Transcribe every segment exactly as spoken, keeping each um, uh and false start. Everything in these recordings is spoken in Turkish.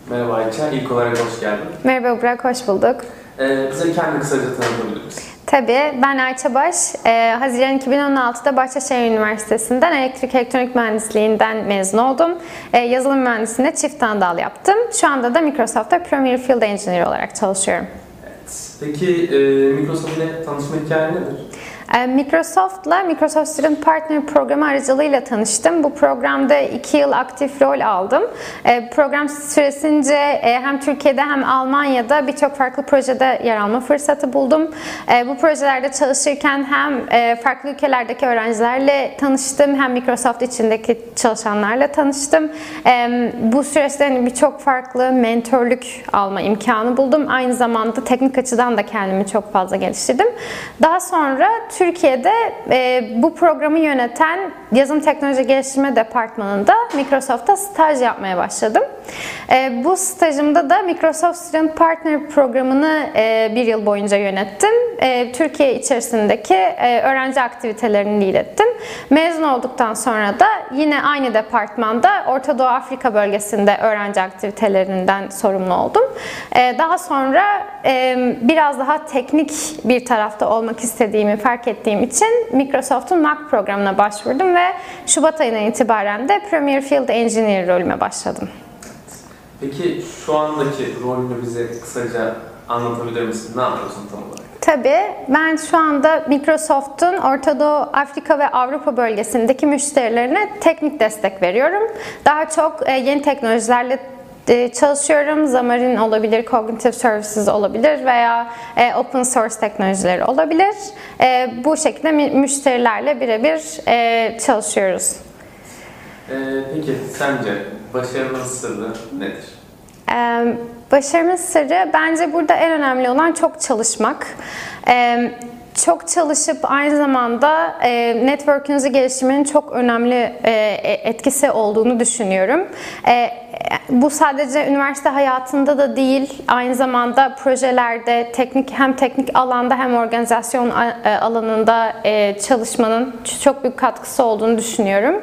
Merhaba Ayça, ilk olarak hoş geldin. Merhaba Burak, hoş bulduk. Ee, bize kendini kısaca tanıtabilir misin? Tabii, ben Ayça Baş. Ee, Haziran iki bin on altıda Bahçeşehir Üniversitesi'nden elektrik elektronik mühendisliğinden mezun oldum. Ee, yazılım mühendisliğinde çift dal yaptım. Şu anda da Microsoft'ta Premier Field Engineer olarak çalışıyorum. Evet. Peki e, Microsoft ile tanışma hikayen nedir? Microsoft'la Microsoft Student Partner programı aracılığıyla tanıştım. Bu programda iki yıl aktif rol aldım. Program süresince hem Türkiye'de hem Almanya'da birçok farklı projede yer alma fırsatı buldum. Bu projelerde çalışırken hem farklı ülkelerdeki öğrencilerle tanıştım, hem Microsoft içindeki çalışanlarla tanıştım. Bu süreçte birçok farklı mentörlük alma imkanı buldum. Aynı zamanda teknik açıdan da kendimi çok fazla geliştirdim. Daha sonra Türkiye'de e, bu programı yöneten Yazılım Teknoloji Geliştirme Departmanı'nda Microsoft'ta staj yapmaya başladım. E, bu stajımda da Microsoft Student Partner programını e, bir yıl boyunca yönettim. E, Türkiye içerisindeki e, öğrenci aktivitelerini lead ettim. Mezun olduktan sonra da yine aynı departmanda Orta Doğu Afrika bölgesinde öğrenci aktivitelerinden sorumlu oldum. E, daha sonra e, biraz daha teknik bir tarafta olmak istediğimi fark ettiğim için Microsoft'un Mac programına başvurdum ve Şubat ayından itibaren de Premier Field Engineer rolüme başladım. Peki şu andaki rolünü bize kısaca anlatabilir misin? Ne yapıyorsun tam olarak? Tabii. Ben şu anda Microsoft'un Orta Doğu, Afrika ve Avrupa bölgesindeki müşterilerine teknik destek veriyorum. Daha çok yeni teknolojilerle çalışıyorum. Xamarin olabilir, Cognitive Services olabilir veya Open Source teknolojileri olabilir. Bu şekilde müşterilerle birebir çalışıyoruz. Ee, peki sence başarının sırrı nedir? Başarımın sırrı bence burada en önemli olan çok çalışmak. Çok çalışıp aynı zamanda network'ünüzü geliştirmenin çok önemli etkisi olduğunu düşünüyorum. Bu sadece üniversite hayatında da değil, aynı zamanda projelerde, teknik hem teknik alanda hem organizasyon alanında çalışmanın çok büyük katkısı olduğunu düşünüyorum.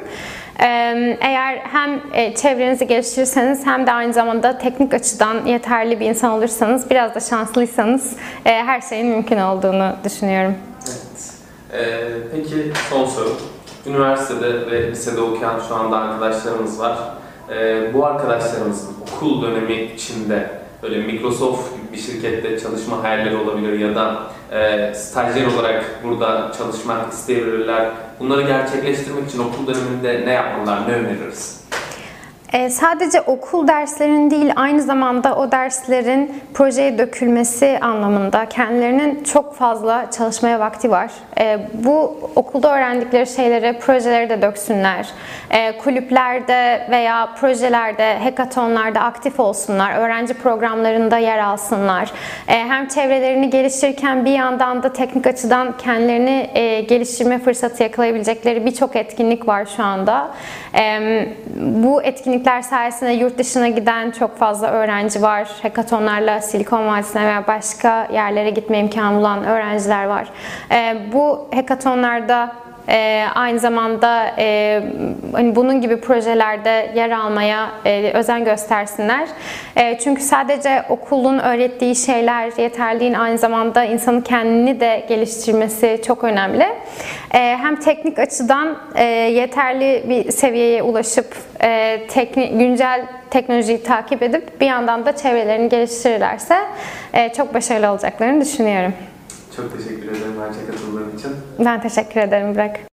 Eğer hem çevrenizi geliştirirseniz hem de aynı zamanda teknik açıdan yeterli bir insan olursanız, biraz da şanslıysanız her şeyin mümkün olduğunu düşünüyorum. Evet. Ee, peki son soru. Üniversitede ve lisede okuyan şu anda arkadaşlarımız var. Ee, bu arkadaşlarımızın okul dönemi içinde böyle Microsoft gibi bir şirkette çalışma hayalleri olabilir ya da e, stajyer olarak burada çalışmak isteyebilirler. Bunları gerçekleştirmek için okul döneminde ne yapmalılar, ne öneririz? E, sadece okul derslerinin değil, aynı zamanda o derslerin projeye dökülmesi anlamında kendilerinin çok fazla çalışmaya vakti var. E, bu okulda öğrendikleri şeyleri projelere de döksünler. E, kulüplerde veya projelerde, hackathonlarda aktif olsunlar. Öğrenci programlarında yer alsınlar. E, hem çevrelerini geliştirirken bir yandan da teknik açıdan kendilerini e, geliştirme fırsatı yakalayabilecekleri birçok etkinlik var şu anda. E, bu etkinlik sayesinde yurt dışına giden çok fazla öğrenci var. Hackathonlarla Silikon Vadisi'ne veya başka yerlere gitme imkanı bulan öğrenciler var. Bu hackathonlarda Ee, aynı zamanda e, hani bunun gibi projelerde yer almaya e, özen göstersinler. E, çünkü sadece okulun öğrettiği şeyler yeterli değil, aynı zamanda insanın kendini de geliştirmesi çok önemli. E, hem teknik açıdan e, yeterli bir seviyeye ulaşıp e, teknik, güncel teknolojiyi takip edip bir yandan da çevrelerini geliştirirlerse e, çok başarılı olacaklarını düşünüyorum. Çok teşekkür ederim Ayça katıldığın için. Ben teşekkür ederim Burak.